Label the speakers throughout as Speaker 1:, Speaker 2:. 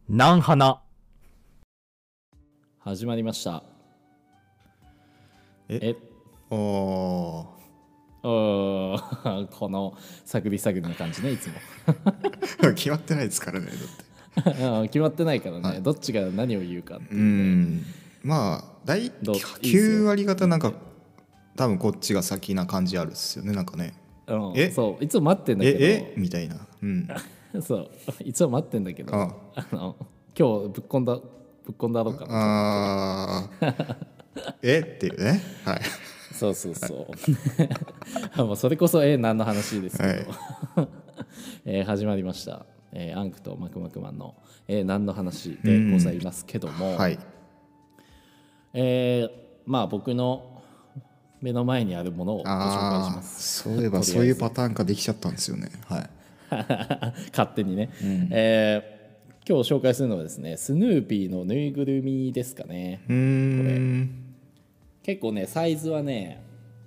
Speaker 1: 南花。
Speaker 2: 始まりました。
Speaker 3: お
Speaker 2: この探り探りな感じね、いつも
Speaker 3: 決まってないですからね、だって
Speaker 2: 決まってないからね、
Speaker 3: はい、
Speaker 2: どっちが何を言うかっていうね。
Speaker 3: まあ大
Speaker 2: いいっ
Speaker 3: 9割方なんか多分こっちが先な感じあるっすよね、なんかね。
Speaker 2: そういつも待ってんだけど
Speaker 3: みたいな、
Speaker 2: そういつも待ってんだけど今日ぶっこんだろうかな
Speaker 3: っていうね。はい。
Speaker 2: そうもうそれこそ何の話ですけど、始まりました、アンクとマクマクマンの、何の話でございますけども、
Speaker 3: はい。
Speaker 2: まあ僕の目の前にあるものをご紹介します。
Speaker 3: そういえばそういうパターン化できちゃったんですよね。はい。
Speaker 2: 勝手にね、今日紹介するのはですね、スヌーピーのぬいぐるみですかね。これ結構ね、サイズはね、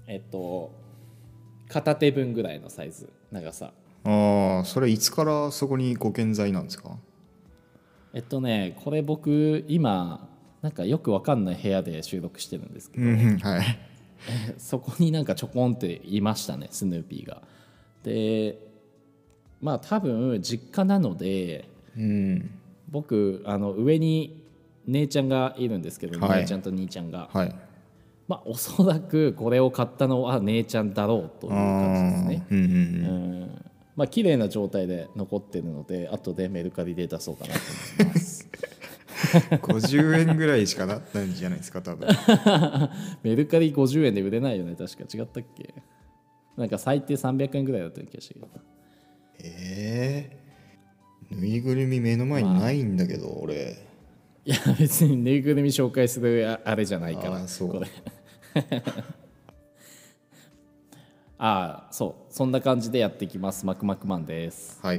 Speaker 2: 片手分ぐらいのサイズ、長さ。
Speaker 3: それいつからそこにご健在なんですか？
Speaker 2: これ僕今なんかよくわかんない部屋で収録してるんですけど、
Speaker 3: はい。
Speaker 2: そこになんかちょこんっていましたね、スヌーピーが。でまあ多分実家なので、僕上に姉ちゃんがいるんですけど、
Speaker 3: はい、
Speaker 2: 姉ちゃんと兄ちゃんが、
Speaker 3: はい、
Speaker 2: まあおそらくこれを買ったのは姉ちゃんだろうという感じですね。まあ綺麗な状態で残ってるので、後でメルカリで出そうかなと思います
Speaker 3: 50円ぐらいしかなったんじゃないですか、多分
Speaker 2: メルカリ50円で売れないよね、確か。違ったっけ？なんか最低300円ぐらいだった気がしたけど。
Speaker 3: ぬいぐるみ目の前にないんだけど、俺。
Speaker 2: いや別にぬいぐるみ紹介するあれじゃないから
Speaker 3: そう
Speaker 2: これそうそんな感じでやっていきます。マクマクマンです。
Speaker 3: はい。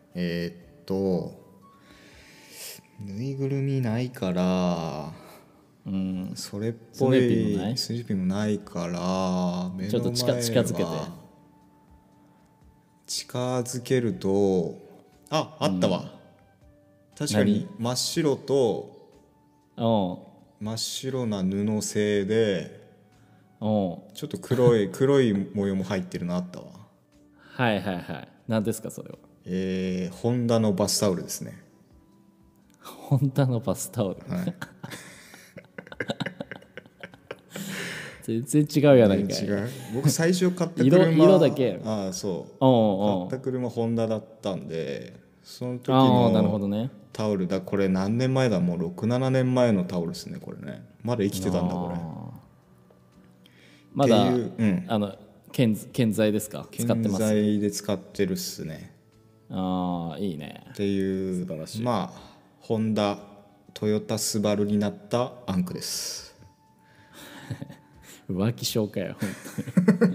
Speaker 3: ぬいぐるみないから、それっぽいスヌーピーもないから目の前は
Speaker 2: ちょっと近づけて
Speaker 3: 近づけるとあったわ、確かに真っ白と真っ白な布製でちょっと黒い模様も入ってるのあったわ。
Speaker 2: はい何ですかそれは？
Speaker 3: ホンダのバスタオルですね。
Speaker 2: ホンダのバスタオル、全然違うやないかい。
Speaker 3: 違う。僕最初買った車
Speaker 2: 色だけ。
Speaker 3: そう買った車ホンダだったんで、その時
Speaker 2: なるほど
Speaker 3: の
Speaker 2: ね。
Speaker 3: タオルだ。これ何年前だ？もう6、7年前のタオルですね、これね。まだ生きてたんだこれ。
Speaker 2: まだ健在ですか？使ってます？
Speaker 3: 健在で使ってるっすね。
Speaker 2: いいね。
Speaker 3: っていう
Speaker 2: 素晴らしい。
Speaker 3: まあホンダトヨタスバルになったアンクです
Speaker 2: 浮気紹介や本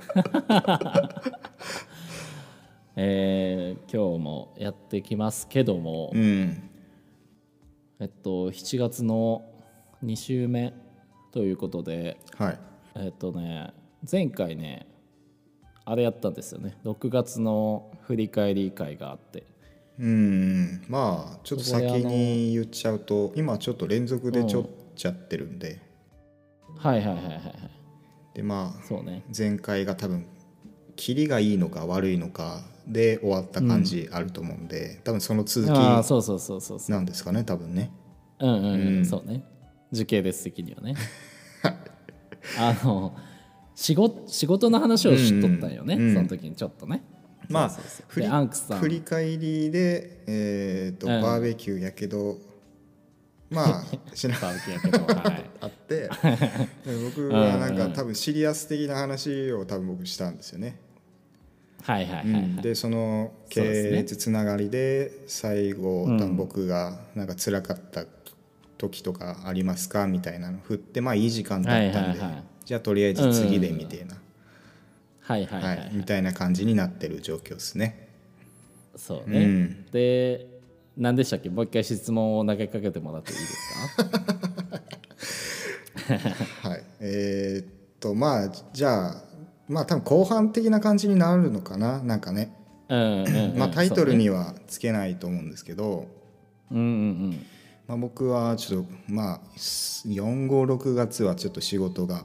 Speaker 2: 当に今日もやってきますけども、7月の2週目ということで、前回ねあれやったんですよね。6月の振り返り会があって、
Speaker 3: まあちょっと先に言っちゃうと、今ちょっと連続でちょっちゃってるんで、でまあ
Speaker 2: そうね、
Speaker 3: 前回が多分キリがいいのか悪いのかで終わった感じあると思うんで、多分その続きなんですかね、多分ね。
Speaker 2: そうね、時系列的にはね仕事の話を知っとったんよね、その時にちょっとね。
Speaker 3: まあ
Speaker 2: アンクさん
Speaker 3: 振り返りで、バーベキューやけどまあしな
Speaker 2: バーベキューやけど、
Speaker 3: あって僕はなんか多分シリアス的な話を多分僕したんですよね。でその系列つながりで最後、多分僕がなんか辛かった時とかありますかみたいなの振って、まあいい時間だったんで、じゃあとりあえず次でみたいなみたいな感じになってる状況ですね。
Speaker 2: そうね、で何でしたっけ？もう一回質問を投げかけてもらっていいですか？
Speaker 3: はい、まあじゃあまあ多分後半的な感じになるのかな、なんかね。まあタイトルにはつけないと思うんですけど、
Speaker 2: うんうんうん。
Speaker 3: まあ、僕はちょっとまあ456月はちょっと仕事が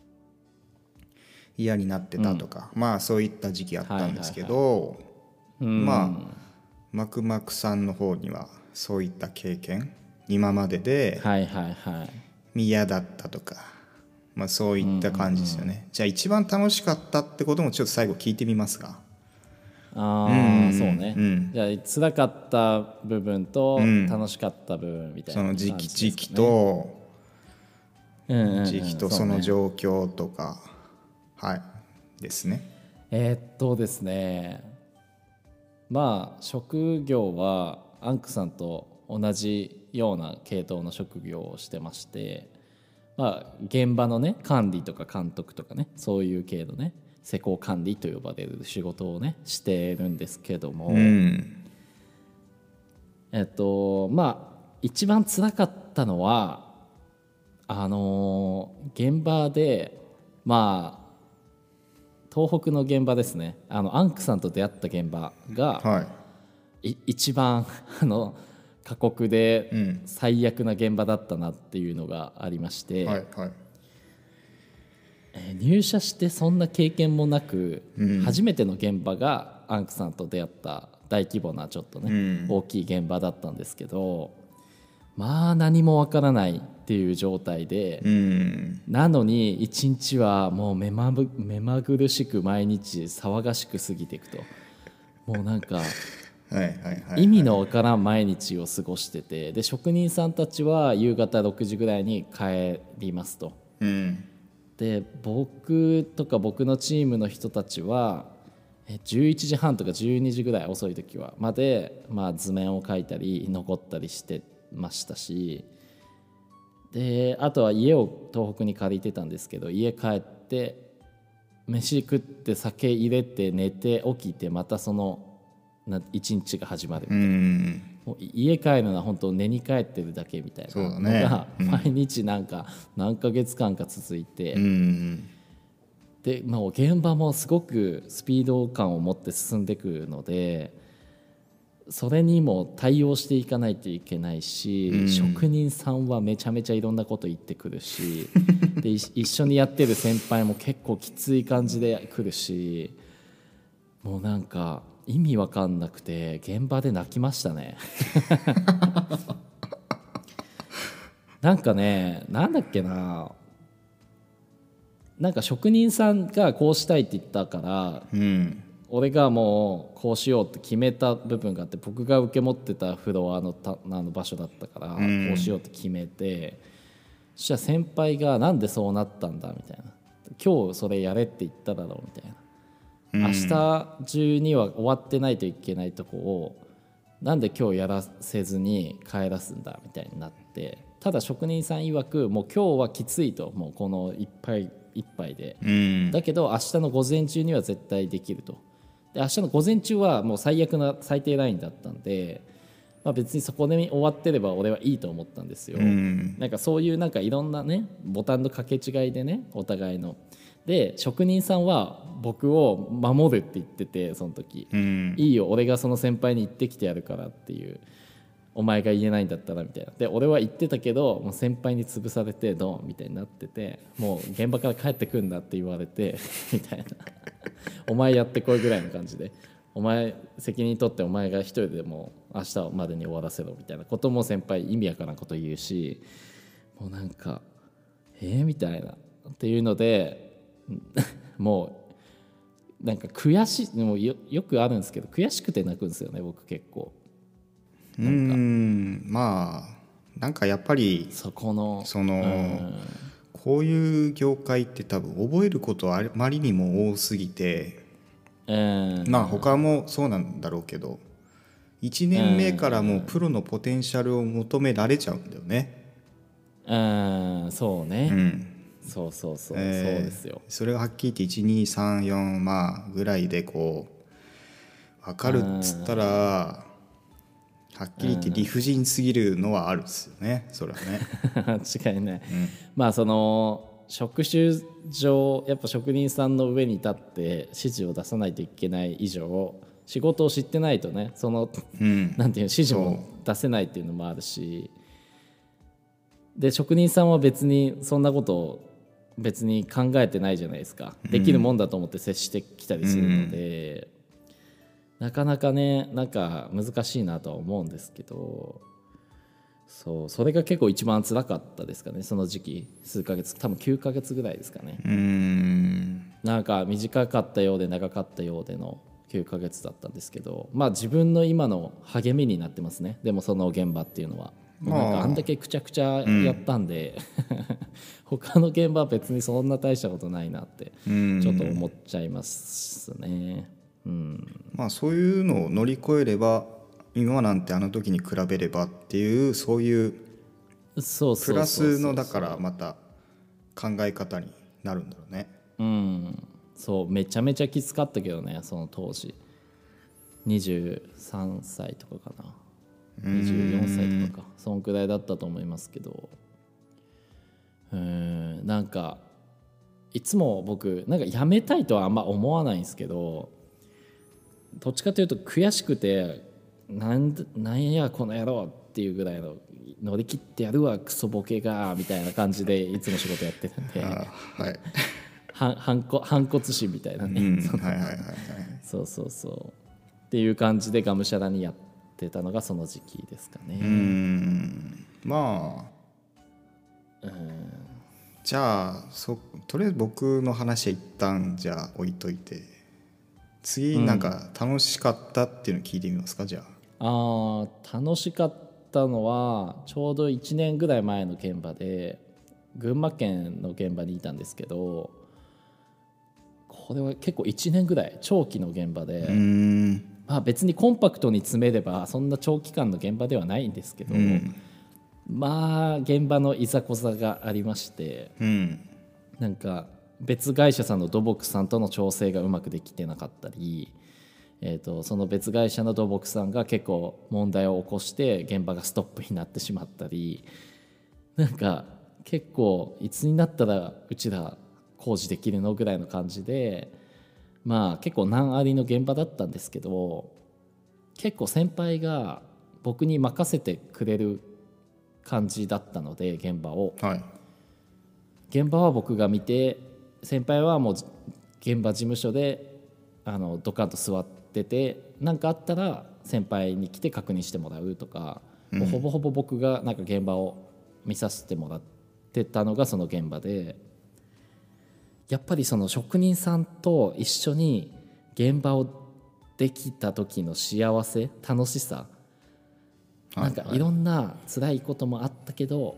Speaker 3: 嫌になってたとか、まあそういった時期あったんですけど、まあマクマクさんの方にはそういった経験今までで嫌だったとか、まあそういった感じですよね。じゃあ一番楽しかったってこともちょっと最後聞いてみますが。
Speaker 2: ああ、そうね。じゃあ辛かった部分と楽しかった部分みたいな
Speaker 3: その
Speaker 2: 感じですかね。
Speaker 3: 時期とその状況とか、はいですね。
Speaker 2: ですね、まあ職業はアンクさんと同じような系統の職業をしてまして、まあ現場のね管理とか監督とかね、そういう系のね施工管理と呼ばれる仕事をねしてるんですけども、まあ一番辛かったのは現場で、まあ東北の現場ですね、アンクさんと出会った現場が、一番過酷で最悪な現場だったなっていうのがありまして、入社してそんな経験もなく、初めての現場がアンクさんと出会った大規模なちょっとね、大きい現場だったんですけど、まあ何もわからないっていう状態で、なのに一日はもう目まぐるしく毎日騒がしく過ぎていくと、もうなんか意味のわからん毎日を過ごしてて、で職人さんたちは夕方6時ぐらいに帰りますと、で僕とか僕のチームの人たちは11時半とか12時ぐらい遅い時はまで、まあ、図面を描いたり残ったりしてましたし、であとは家を東北に借りてたんですけど、家帰って飯食って酒入れて寝て起きてまたその一日が始まるみたいな、もう家帰るのは本当寝に帰ってるだけみたいなのが毎日なんか何ヶ月間か続いて、でもう現場もすごくスピード感を持って進んでいくので、それにも対応していかないといけないし、職人さんはめちゃめちゃいろんなこと言ってくるしで一緒にやってる先輩も結構きつい感じで来るし、もうなんか意味わかんなくて現場で泣きましたねなんかね、なんだっけな、なんか職人さんがこうしたいって言ったから、俺がもうこうしようって決めた部分があって、僕が受け持ってたフロアの場所だったから、こうしようって決めて、そしたら先輩がなんでそうなったんだみたいな、今日それやれって言っただろうみたいな、明日中には終わってないといけないとこをなんで今日やらせずに帰らすんだみたいになって、ただ職人さん曰くもう今日はきついと、もうこのいっぱいで、だけど明日の午前中には絶対できると。で明日の午前中はもう最悪な最低ラインだったんで、まあ、別にそこで終わってれば俺はいいと思ったんですよ。なんかそういうなんかいろんなねボタンの掛け違いでね、お互いので職人さんは僕を守るって言ってて、その時、いいよ俺がその先輩に言ってきてやるからっていう、お前が言えないんだったらみたいな。で俺は言ってたけどもう先輩に潰されてドンみたいになってて、もう現場から帰ってくんだって言われてみたいなお前やってこいぐらいの感じで、お前責任取ってお前が一人でもう明日までに終わらせろみたいなことも先輩意味わからんこと言うし、もうなんかみたいなっていうのでもうなんか悔しい、もう よくあるんですけど悔しくて泣くんですよね僕結構。
Speaker 3: まあなんかやっぱり
Speaker 2: その
Speaker 3: こういう業界って多分覚えることあまりにも多すぎて、まあ他もそうなんだろうけど1年目からもうプロのポテンシャルを求められちゃうんだよね。
Speaker 2: そうね、そうですよ。
Speaker 3: それがはっきり言って1234まあぐらいでこう分かるっつったらはっきり言って理不尽すぎるのはあるんですよね、それはね
Speaker 2: 間違いない、まあその職種上やっぱ職人さんの上に立って指示を出さないといけない以上仕事を知ってないとね、その、なんていう指示も出せないっていうのもあるし、で職人さんは別にそんなことを別に考えてないじゃないですか。できるもんだと思って接してきたりするので、なかなかねなんか難しいなとは思うんですけど、それが結構一番辛かったですかね、その時期。数ヶ月、多分9ヶ月ぐらいですかね。なんか短かったようで長かったようでの9ヶ月だったんですけど、まあ自分の今の励みになってますね。でもその現場っていうのはなんかあんだけくちゃくちゃやったんで、他の現場は別にそんな大したことないなってちょっと思っちゃいますね。
Speaker 3: まあそういうのを乗り越えれば、今なんてあの時に比べればっていう、そういうプラスのだからまた考え方になるんだろうね。
Speaker 2: そうめちゃめちゃきつかったけどね、その当時23歳とかかな、24歳とかか、そんくらいだったと思いますけど、なんかいつも僕なんか辞めたいとはあんま思わないんですけど、どっちかというと悔しくて、なんやこの野郎っていうぐらいの、乗り切ってやるわクソボケがみたいな感じでいつも仕事やってるんで反骨心みたいなね、そうっていう感じでがむしゃらにやってたのがその時期ですかね。
Speaker 3: まあじゃあとりあえず僕の話は一旦じゃあ置いといて、次なんか楽しかったっていうのを聞いてみますか。じゃあ
Speaker 2: 楽しかったのはちょうど1年ぐらい前の現場で、群馬県の現場にいたんですけど、これは結構1年ぐらい長期の現場で、まあ別にコンパクトに詰めればそんな長期間の現場ではないんですけど、まあ現場のいざこざがありまして、なんか別会社さんの土木さんとの調整がうまくできてなかったり、その別会社の土木さんが結構問題を起こして現場がストップになってしまったり、なんか結構いつになったらうちら工事できるのぐらいの感じで、まあ結構難ありの現場だったんですけど、結構先輩が僕に任せてくれる感じだったので、現場は僕が見て、先輩はもう現場事務所でドカンと座ってて、何かあったら先輩に来て確認してもらうとか、もうほぼほぼ僕がなんか現場を見させてもらってたのがその現場で、やっぱりその職人さんと一緒に現場をできた時の幸せ、楽しさ、なんかいろんな辛いこともあったけど、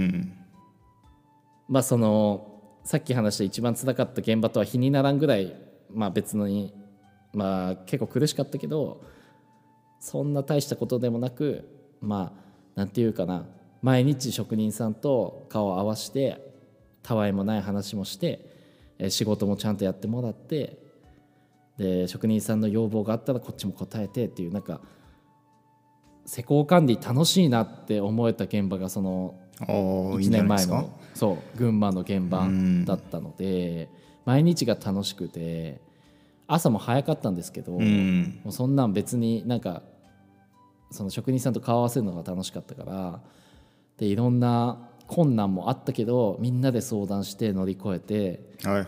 Speaker 2: まあそのさっき話した一番辛かった現場とは比にならんぐらい、まあ別にまあ結構苦しかったけど、そんな大したことでもなく、まあなんていうかな、毎日職人さんと顔を合わせてたわいもない話もして、仕事もちゃんとやってもらって、で職人さんの要望があったらこっちも応えてっていう、なんか施工管理楽しいなって思えた現場がその1年前の群馬の現場だったので、毎日が楽しくて、朝も早かったんですけど、もうそんなん別になんかその職人さんと顔合わせるのが楽しかったから、でいろんな困難もあったけどみんなで相談して乗り越えて、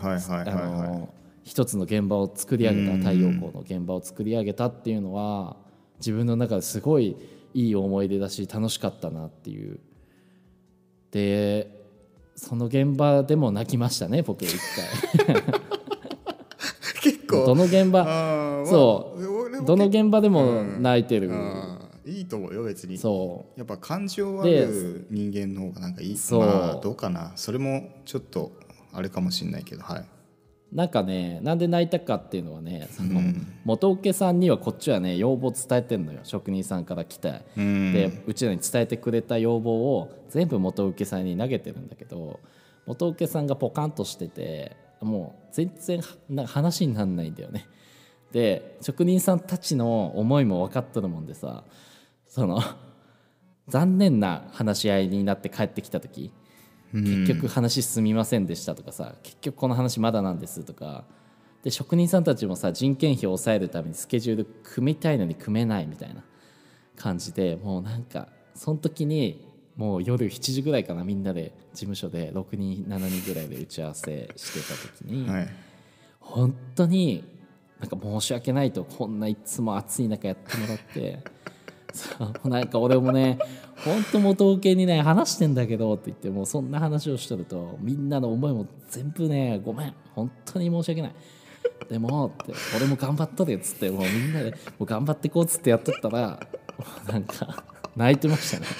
Speaker 2: 一つの現場を作り上げた、太陽光の現場を作り上げたっていうのは自分の中ですごいいい思い出だし楽しかったなっていう。でその現場でも泣きましたね、僕一回
Speaker 3: 結構
Speaker 2: どの現場どの現場でも泣いてる。
Speaker 3: いいと思うよ別に。
Speaker 2: そう
Speaker 3: やっぱ感情ある人間の方がなんかいい。まあどうかな、それもちょっとあれかもしれないけど、
Speaker 2: なんかね、なんで泣いたかっていうのはね、その元請けさんにはこっちはね要望伝えてんのよ、職人さんから来て、でうちらに伝えてくれた要望を全部元請けさんに投げてるんだけど、元請けさんがポカンとしてて、もう全然話にならないんだよね。で職人さんたちの思いも分かってるもんでさ、その残念な話し合いになって帰ってきた時、結局話進みませんでしたとかさ、結局この話まだなんですとかで、職人さんたちもさ人件費を抑えるためにスケジュール組みたいのに組めないみたいな感じで、もうなんかその時にもう夜7時ぐらいかな、みんなで事務所で6人7人ぐらいで打ち合わせしてた時に、本当になんか申し訳ないと、こんないつも暑い中やってもらってそうなんか俺もね本当元請けにね話してんだけどって言って、もうそんな話をしてるとみんなの思いも全部ね、ごめん本当に申し訳ない、でもって俺も頑張っとるっつって、もうみんなでもう頑張ってこうっつってやっとったらなんか泣いてましたね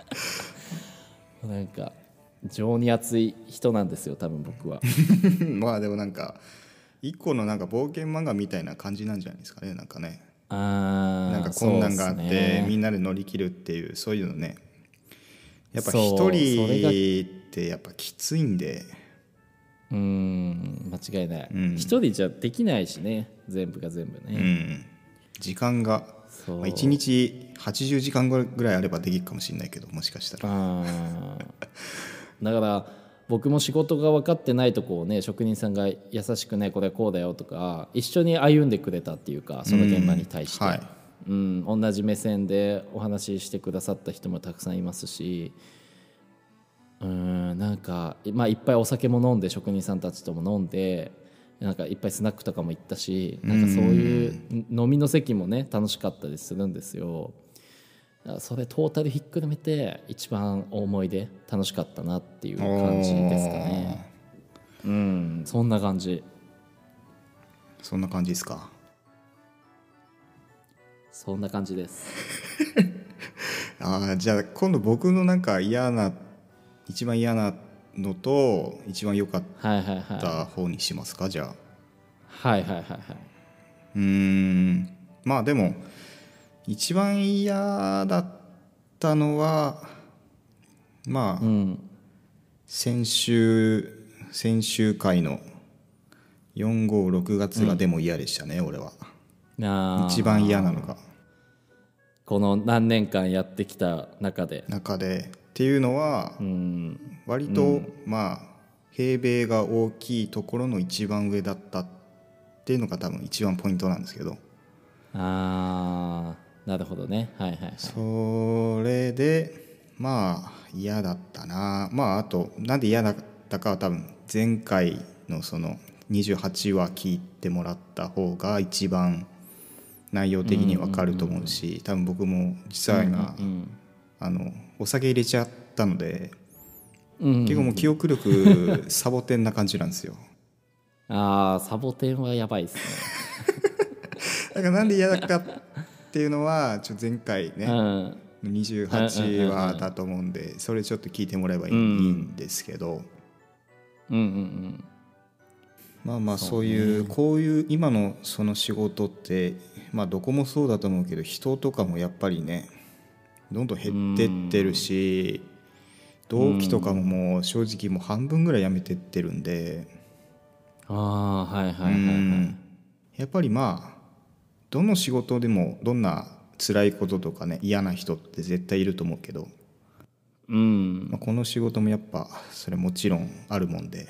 Speaker 2: なんか情に熱い人なんですよ多分僕は
Speaker 3: まあでもなんか一個のなんか冒険漫画みたいな感じなんじゃないですかね。なんかね、なんか困難があって、ね、みんなで乗り切るっていう、そういうのね、やっぱ一人ってやっぱきついんで、
Speaker 2: 間違いない、一人じゃできないしね、全部が全部ね、
Speaker 3: 時間が1日80時間ぐらいあればできるかもしれないけど、もしかしたら
Speaker 2: だから僕も仕事が分かってないとこをね、職人さんが優しくね、これこうだよとか一緒に歩んでくれたっていうか、その現場に対して、同じ目線でお話ししてくださった人もたくさんいますし、なんか、まあ、いっぱいお酒も飲んで、職人さんたちとも飲んで、なんかいっぱいスナックとかも行ったし、なんかそういう飲みの席もね楽しかったりするんですよ。それトータルひっくるめて一番大思い出楽しかったなっていう感じですかね。そんな感じ。
Speaker 3: そんな感じですか。
Speaker 2: そんな感じです
Speaker 3: じゃあ今度僕のなんか一番嫌なのと一番良かった方にしますか、じゃあ。まあでも一番嫌だったのはまあ、先週回の456月がでも嫌でしたね、俺は。一番嫌なのが
Speaker 2: この何年間やってきた中で
Speaker 3: っていうのは、割とまあ平米が大きいところの一番上だったっていうのが多分一番ポイントなんですけど。
Speaker 2: なるほどね。
Speaker 3: それでまあ嫌だったな。まああとなんで嫌だったかは多分前回のその28話聞いてもらった方が一番内容的に分かると思うし、多分僕も実は今、お酒入れちゃったので、結構もう記憶力サボテンな感じなんですよ。
Speaker 2: サボテンはやばいですね
Speaker 3: だからなんで嫌だったっていうのは前回ね、28話だと思うんで、それちょっと聞いてもらえばいいんですけど、まあまあそういうこういう今のその仕事ってまあどこもそうだと思うけど、人とかもやっぱりねどんどん減ってってるし、同期とかももう正直もう半分ぐらい辞めてってるんで、やっぱりまあどの仕事でもどんな辛いこととかね嫌な人って絶対いると思うけど、まあ、この仕事もやっぱそれもちろんあるもんで、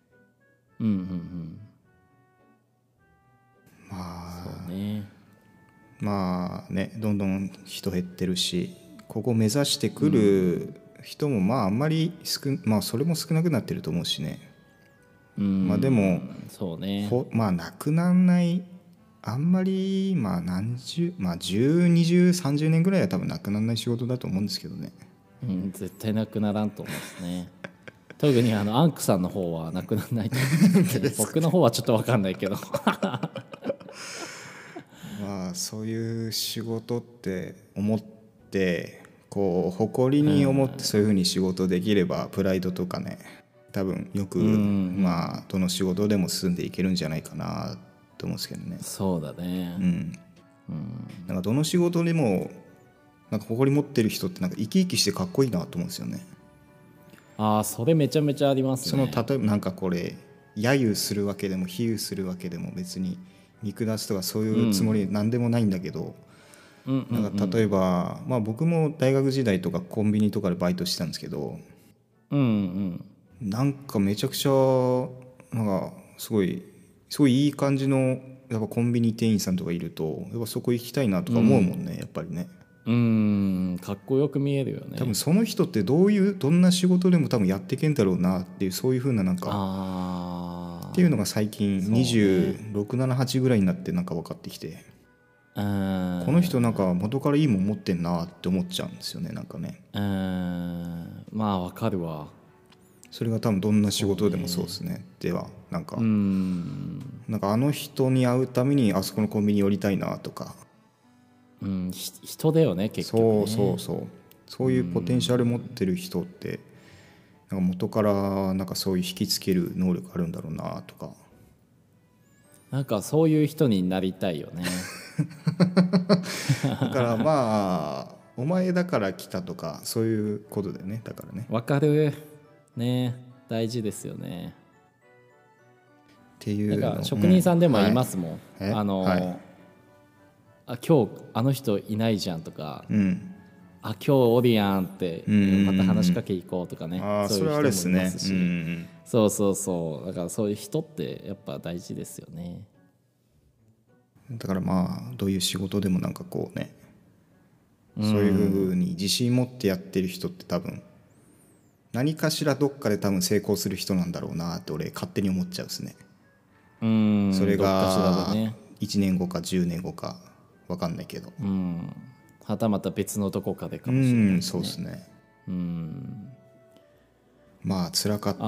Speaker 3: まあねどんどん人減ってるし、ここ目指してくる人もまああんまりまあそれも少なくなってると思うしね。まあでも
Speaker 2: そうね、
Speaker 3: まあなくならないあんまりまあ10、20、30年ぐらいは多分なくならない仕事だと思うんですけどね。
Speaker 2: 絶対なくならんと思うんですね特にアンクさんの方はなくならないと思うんですね僕の方はちょっと分かんないけど
Speaker 3: まあそういう仕事って思ってこう誇りに思ってそういうふうに仕事できればプライドとかね多分よくまあどの仕事でも進んでいけるんじゃないかなと思うんですけどね。
Speaker 2: そうだね。
Speaker 3: なんかどの仕事でもなんか誇り持ってる人ってなんか生き生きしてかっこいいなと思うんですよね。
Speaker 2: それめちゃめちゃありますね。
Speaker 3: 例えばなんかこれ揶揄するわけでも比喩するわけでも別に見下すとかそういうつもりなんでもないんだけど、なんか例えば、まあ、僕も大学時代とかコンビニとかでバイトしてたんですけど、なんかめちゃくちゃなんかすごいいい感じのやっぱコンビニ店員さんとかいるとやっぱそこ行きたいなとか思うもんね、やっぱりね。
Speaker 2: かっこよく見えるよね。
Speaker 3: 多分その人ってどんな仕事でも多分やっていけんだろうなっていう、そういう風ななんかっていうのが最近26、7、8ぐらいになってなんか分かってきて、この人なんか元からいいもん持ってんなって思っちゃうんですよね、なんかね。
Speaker 2: まあ分かるわ。
Speaker 3: それが多分どんな仕事でもそうですね。ではなんかあの人に会うためにあそこのコンビニ寄りたいなとか、
Speaker 2: 人だよね結局ね。
Speaker 3: そういうポテンシャル持ってる人ってなんか元からなんかそういう引きつける能力あるんだろうなとか、
Speaker 2: なんかそういう人になりたいよね。
Speaker 3: だからまあお前だから来たとかそういうことだよね。だからね、
Speaker 2: わかるね、大事ですよね
Speaker 3: っていうの。
Speaker 2: なんか職人さんでもいますもん、今日あの人いないじゃんとか、今日おるやんって、また話しかけ行こうとかね、そういう人もいますし、そうだからそういう人ってやっぱ大事ですよね。
Speaker 3: だからまあどういう仕事でもなんかこうね、そういうふうに自信持ってやってる人って多分何かしらどっかで多分成功する人なんだろうなって俺勝手に思っちゃうですね。それが1年後か10年後か分かんないけど、
Speaker 2: はたまた別のどこかでかもしれないですね。
Speaker 3: そうですね。まあ辛かった。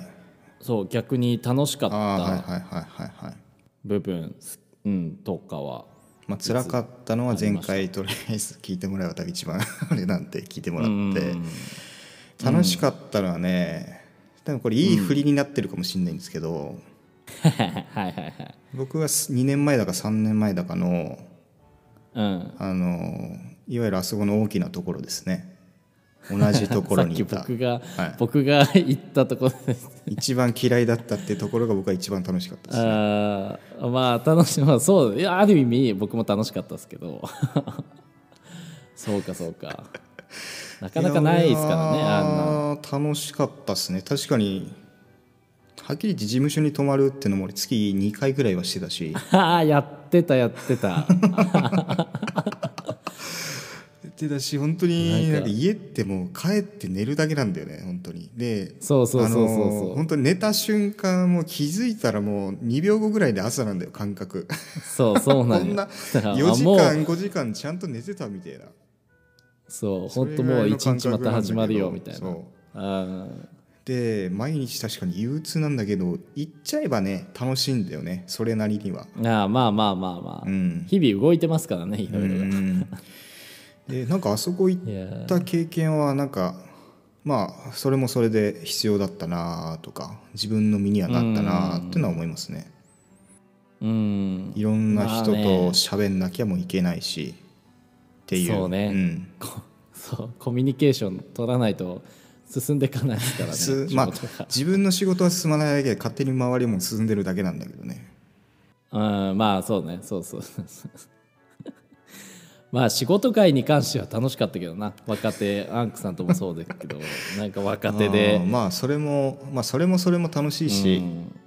Speaker 2: そう逆に楽しかった部分とかは、
Speaker 3: まあ辛かったのは前回とりあえず聞いてもらえば多分一番あれなんて聞いてもらって、楽しかったのはね、多分これいい振りになってるかもしれないんですけど、僕は2年前だか3年前だかのいわゆるあそこの大きなところですね、同じところにいた
Speaker 2: さっき僕が行ったところです
Speaker 3: 一番嫌いだったってところが僕は一番楽しかったですね。
Speaker 2: まあ楽しまそう、いやある意味僕も楽しかったですけどそうかなかなかないですからね、あん
Speaker 3: な。楽しかったですね。確かにはっきり言って事務所に泊まるってのも月2回ぐらいはしてたし
Speaker 2: やってた
Speaker 3: だし、本当になんか家ってもう帰って寝るだけなんだよね本当に。で本当に寝た瞬間もう気づいたらもう2秒後ぐらいで朝なんだよ感覚。
Speaker 2: そうなんこんな
Speaker 3: 4時間5時間ちゃんと寝てたみたいな。
Speaker 2: 本当もう一日また始まるよみたいな。
Speaker 3: で毎日確かに憂鬱なんだけど行っちゃえばね楽しいんだよね、それなりには。
Speaker 2: まあ、日々動いてますからね、いろいろ。
Speaker 3: でなんかあそこ行った経験はなんかまあそれもそれで必要だったなとか自分の身にはなったなっていうのは思いますね。いろんな人と喋んなきゃもいけないしっていう。
Speaker 2: そうね、コミュニケーション取らないと進んでいかないですからね。
Speaker 3: まあ自分の仕事は進まないだけで勝手に周りも進んでるだけなんだけどね。
Speaker 2: まあそうね、そうまあ仕事界に関しては楽しかったけどな、若手アンクさんともそうですけどなんか若手で
Speaker 3: まあそれも楽しいし、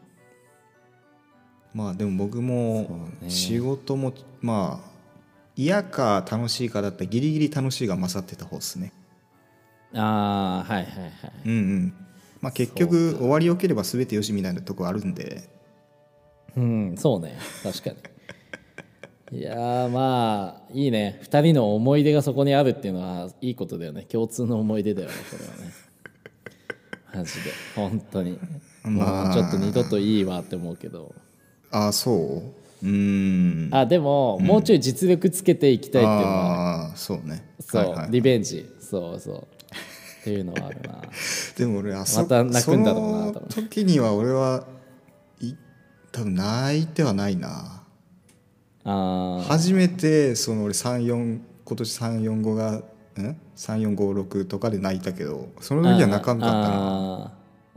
Speaker 3: まあでも僕も仕事もまあ嫌か楽しいかだったらギリギリ楽しいが勝ってた方ですね。まあ結局終わりよければ全てよしみたいなとこあるんで。
Speaker 2: そうね、確かにいやまあいいね、2人の思い出がそこにあるっていうのはいいことだよね、共通の思い出だよねこれはねマジで本当に、もうちょっと二度といいわって思うけど。
Speaker 3: そう
Speaker 2: でも、もうちょい実力つけていきたいっていうのは
Speaker 3: そうね、
Speaker 2: リベンジっていうのはあるな
Speaker 3: でも俺
Speaker 2: また泣くんだろうな
Speaker 3: その時には俺は多分泣いてはないな。初めてその俺今年345が3456とかで泣いたけど、その時は泣かんかった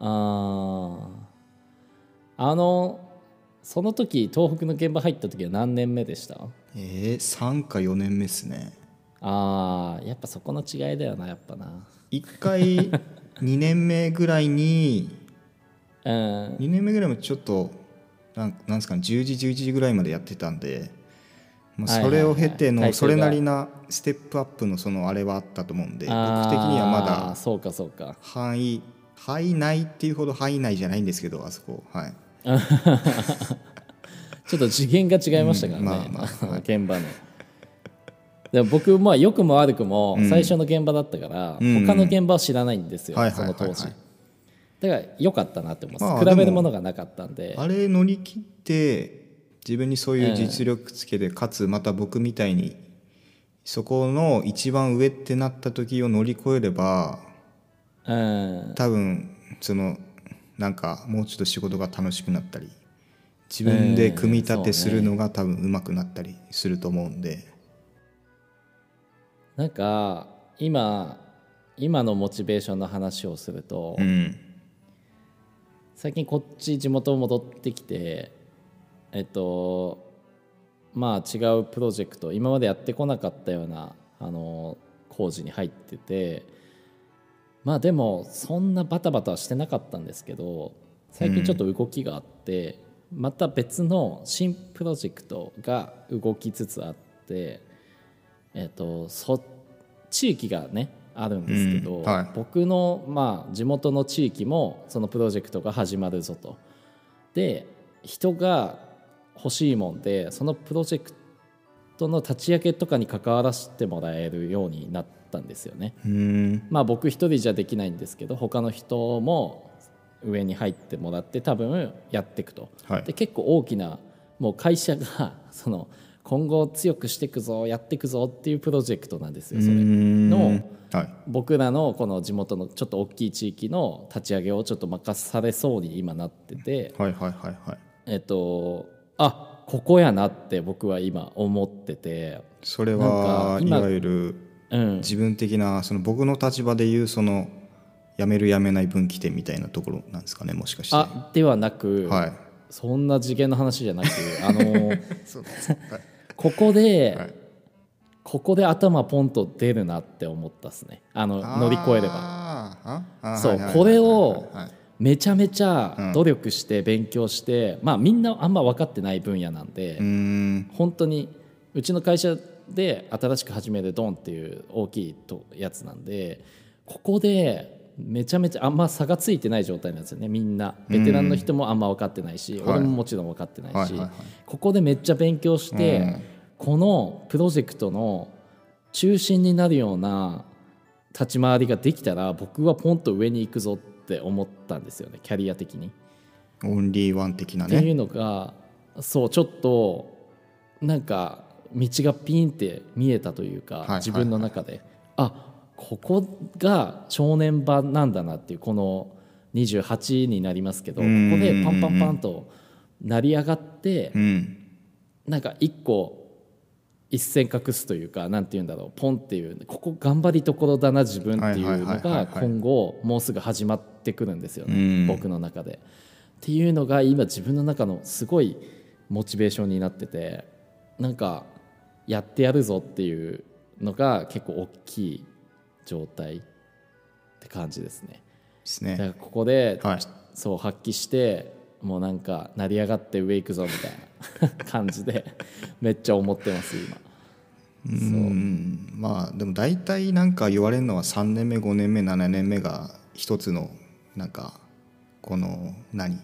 Speaker 2: な。その時東北の現場入った時は何年目でした
Speaker 3: ？3か4年目っすね。
Speaker 2: やっぱそこの違いだよな、やっぱな。
Speaker 3: 1回2年目ぐらいに2年目ぐらいもちょっとなんですかね、10時11時ぐらいまでやってたんで、 それを経てのそれなりなステップアップのそのあれはあったと思うんで、僕的にはまだ
Speaker 2: そうかそうか
Speaker 3: 範囲内っていうほど範囲内じゃないんですけど、あそこはい
Speaker 2: ちょっと次元が違いましたからね、現場の。でも僕良くも悪くも最初の現場だったから、他の現場は知らないんですよ、その当時。だから良かったなって思います。比べるものがなかったんで。
Speaker 3: あれ乗り切って自分にそういう実力つけて、かつまた僕みたいにそこの一番上ってなった時を乗り越えれば、多分そのなんかもうちょっと仕事が楽しくなったり、自分で組み立てするのが多分上手くなったりすると思うんで、
Speaker 2: なんか今のモチベーションの話をすると、最近こっち地元戻ってきてまあ違うプロジェクト、今までやってこなかったような工事に入ってて、まあでもそんなバタバタはしてなかったんですけど、最近ちょっと動きがあって、また別の新プロジェクトが動きつつあって、地域がねあるんですけど、僕のまあ地元の地域もそのプロジェクトが始まるぞと。で人が欲しいもんで、そのプロジェクトの立ち上げとかに関わらせてもらえるようになったんですよね。まあ僕一人じゃできないんですけど、他の人も上に入ってもらって多分やっていくと、で結構大きなもう会社がその今後強くしていくぞやっていくぞっていうプロジェクトなんですよ。それの僕らのこの地元のちょっと大きい地域の立ち上げをちょっと任されそうに今なってて、あ、ここやなって僕は今思ってて、
Speaker 3: それはいわゆる自分的なその僕の立場でいうその辞める辞めない分岐点みたいなところなんですかね、もしかして。
Speaker 2: ではなく、そんな次元の話じゃなくここで頭ポンと出るなって思ったっすね。乗り越えれば。そうこれをめちゃめちゃ努力して勉強して、まあみんなあんま分かってない分野なんで、本当にうちの会社で新しく始めるドンっていう大きいやつなんで、ここでめちゃめちゃあんま差がついてない状態なんですよね。みんなベテランの人もあんま分かってないし、俺ももちろん分かってないし、ここでめっちゃ勉強して、このプロジェクトの中心になるような立ち回りができたら、僕はポンと上に行くぞって思ったんですよね、キャリア的に。
Speaker 3: オンリーワン的なね。
Speaker 2: っていうのがそうちょっとなんか道がピンって見えたというか、自分の中でここが正念場なんだなっていう、この28になりますけど、ここでパンパンパンと成り上がって、なんか一線画すというか、なんていうんだろう、ポンっていう、ここ頑張りどころだな自分っていうのが今後もうすぐ始まってくるんですよね、僕の中で。っていうのが今自分の中のすごいモチベーションになってて、なんかやってやるぞっていうのが結構大きい状態って感じですね。だからここで、そう発揮して、もうなんか成り上がって上行くぞみたいな感じでめっちゃ思ってます今。
Speaker 3: まあでも大体なんか言われるのは3年目5年目7年目が一つのなんかこのなん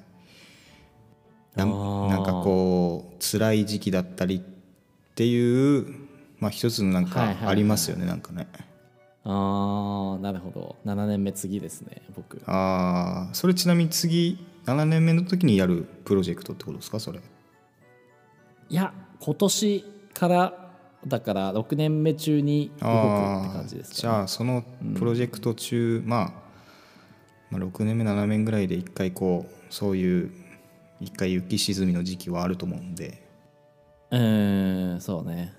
Speaker 3: かこう辛い時期だったりっていう、まあ一つのなんかありますよね、なんかね。
Speaker 2: なるほど。7年目次ですね、僕。
Speaker 3: それちなみに次7年目の時にやるプロジェクトってことですか、それ。
Speaker 2: いや今年からだから6年目中に動くって感じですかね。
Speaker 3: じゃあそのプロジェクト中、まあ6年目7年ぐらいで一回こうそういう一回浮き沈みの時期はあると思うんで。
Speaker 2: そうね。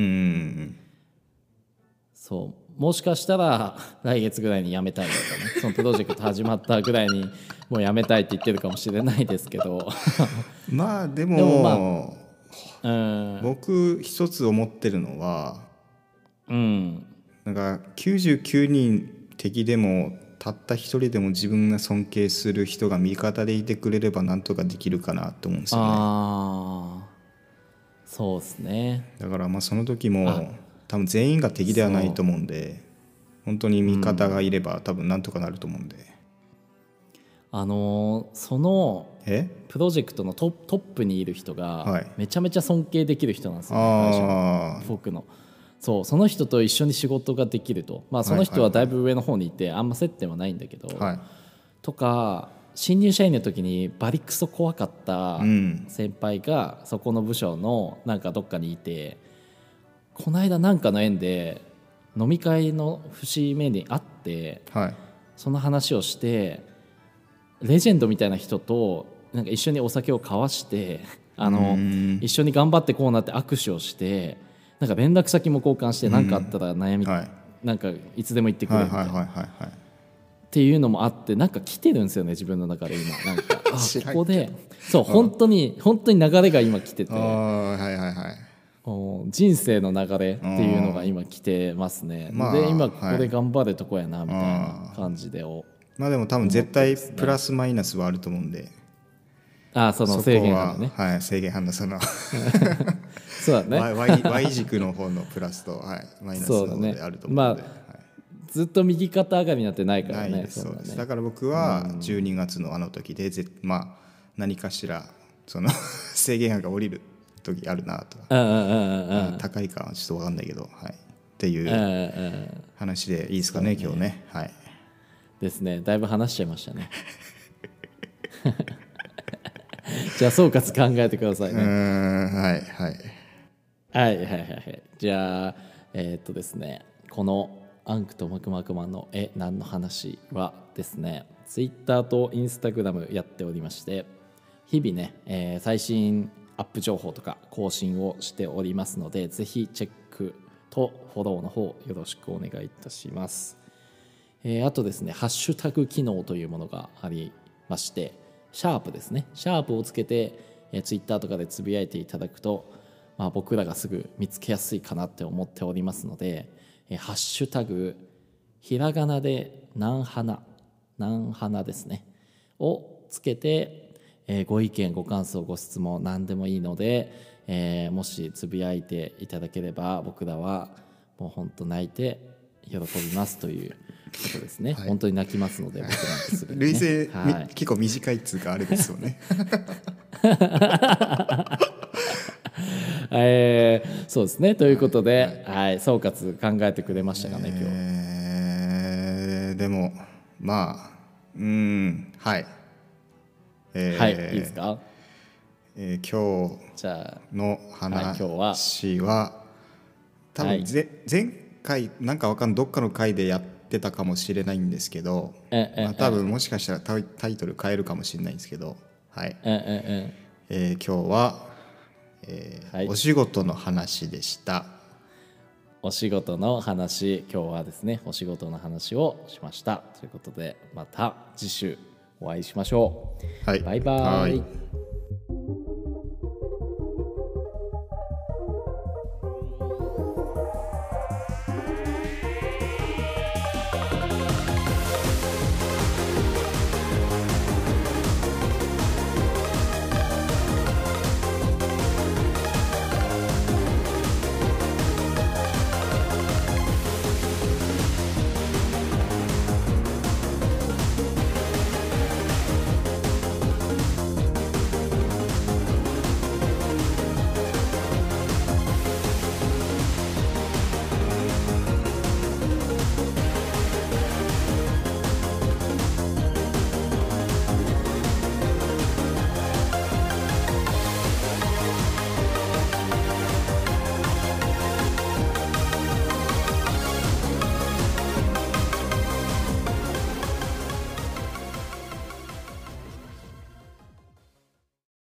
Speaker 2: そうもしかしたら来月ぐらいに辞めたいとかね、そのプロジェクト始まったぐらいにもう辞めたいって言ってるかもしれないですけど
Speaker 3: まあでも僕一つ思ってるのは、なんか99人敵でもたった一人でも自分が尊敬する人が味方でいてくれればなんとかできるかなと思うんですよね。
Speaker 2: そうですね。
Speaker 3: だからまあその時も多分全員が敵ではないと思うんで、本当に味方がいれば多分なんとかなると思うんで、
Speaker 2: そのプロジェクトのトップにいる人がめちゃめちゃ尊敬できる人なんですよ、会社の僕の。その人と一緒に仕事ができると、まあ、その人はだいぶ上の方にいてあんま接点はないんだけど、とか新入社員の時にバリクソ怖かった先輩がそこの部署のなんかどっかにいて、この間なんかの縁で飲み会の節目に会って、その話をしてレジェンドみたいな人となんか一緒にお酒を交わして一緒に頑張ってこうなって握手をして、なんか連絡先も交換して、何かあったら悩み、なんかいつでも言ってくれみたいなっていうのもあって、なんか来てるんですよね自分の中で今。なんかここで本当に流れが今来てて、人生の流れっていうのが今来てますね。で今ここで頑張るとこやなみたいな感じで
Speaker 3: まあでも多分絶対プラスマイナスはあると思うんで、
Speaker 2: その制限反応ね。
Speaker 3: 制限反応
Speaker 2: そうだね。
Speaker 3: Y 軸の方のプラスと、マイナスの方であると思うので、
Speaker 2: ずっと右肩上がりになってないからね。
Speaker 3: そうです。だから僕は12月のあの時でまあ何かしらその制限が降りる時あるなと。高いかはちょっと分かんないけど、っていう話でいいですかね、今日ね。
Speaker 2: ですね。だいぶ話しちゃいましたね。じゃあ総括考えてくださいね。じゃあですね、このアンクとマクマクマンの何の話はですね、ツイッターとインスタグラムやっておりまして、日々ね、最新アップ情報とか更新をしておりますので、ぜひチェックとフォローの方よろしくお願いいたします。あとですね、ハッシュタグ機能というものがありまして、シャープですね、シャープをつけて、ツイッターとかでつぶやいていただくと、僕らがすぐ見つけやすいかなって思っておりますので、ハッシュタグひらがなでなんはなですねをつけて、ご意見ご感想ご質問何でもいいので、もしつぶやいていただければ僕らはもう本当泣いて喜びますということですね。本当に泣きますので僕なんてすぐにね。
Speaker 3: 類型、結構短いっつうかあれですよね。
Speaker 2: そうですね。ということで、総括考えてくれましたかね、
Speaker 3: 今日。でもまあい
Speaker 2: いですか。
Speaker 3: 今日の話は多分前回なんかわかんないどっかの回でやってたかもしれないんですけど、多分もしかしたらタイトル変えるかもしれないんですけど、今日はお仕事の話でした。
Speaker 2: お仕事の話、今日はですねお仕事の話をしましたということで、また次週お会いしましょう。バイバイ。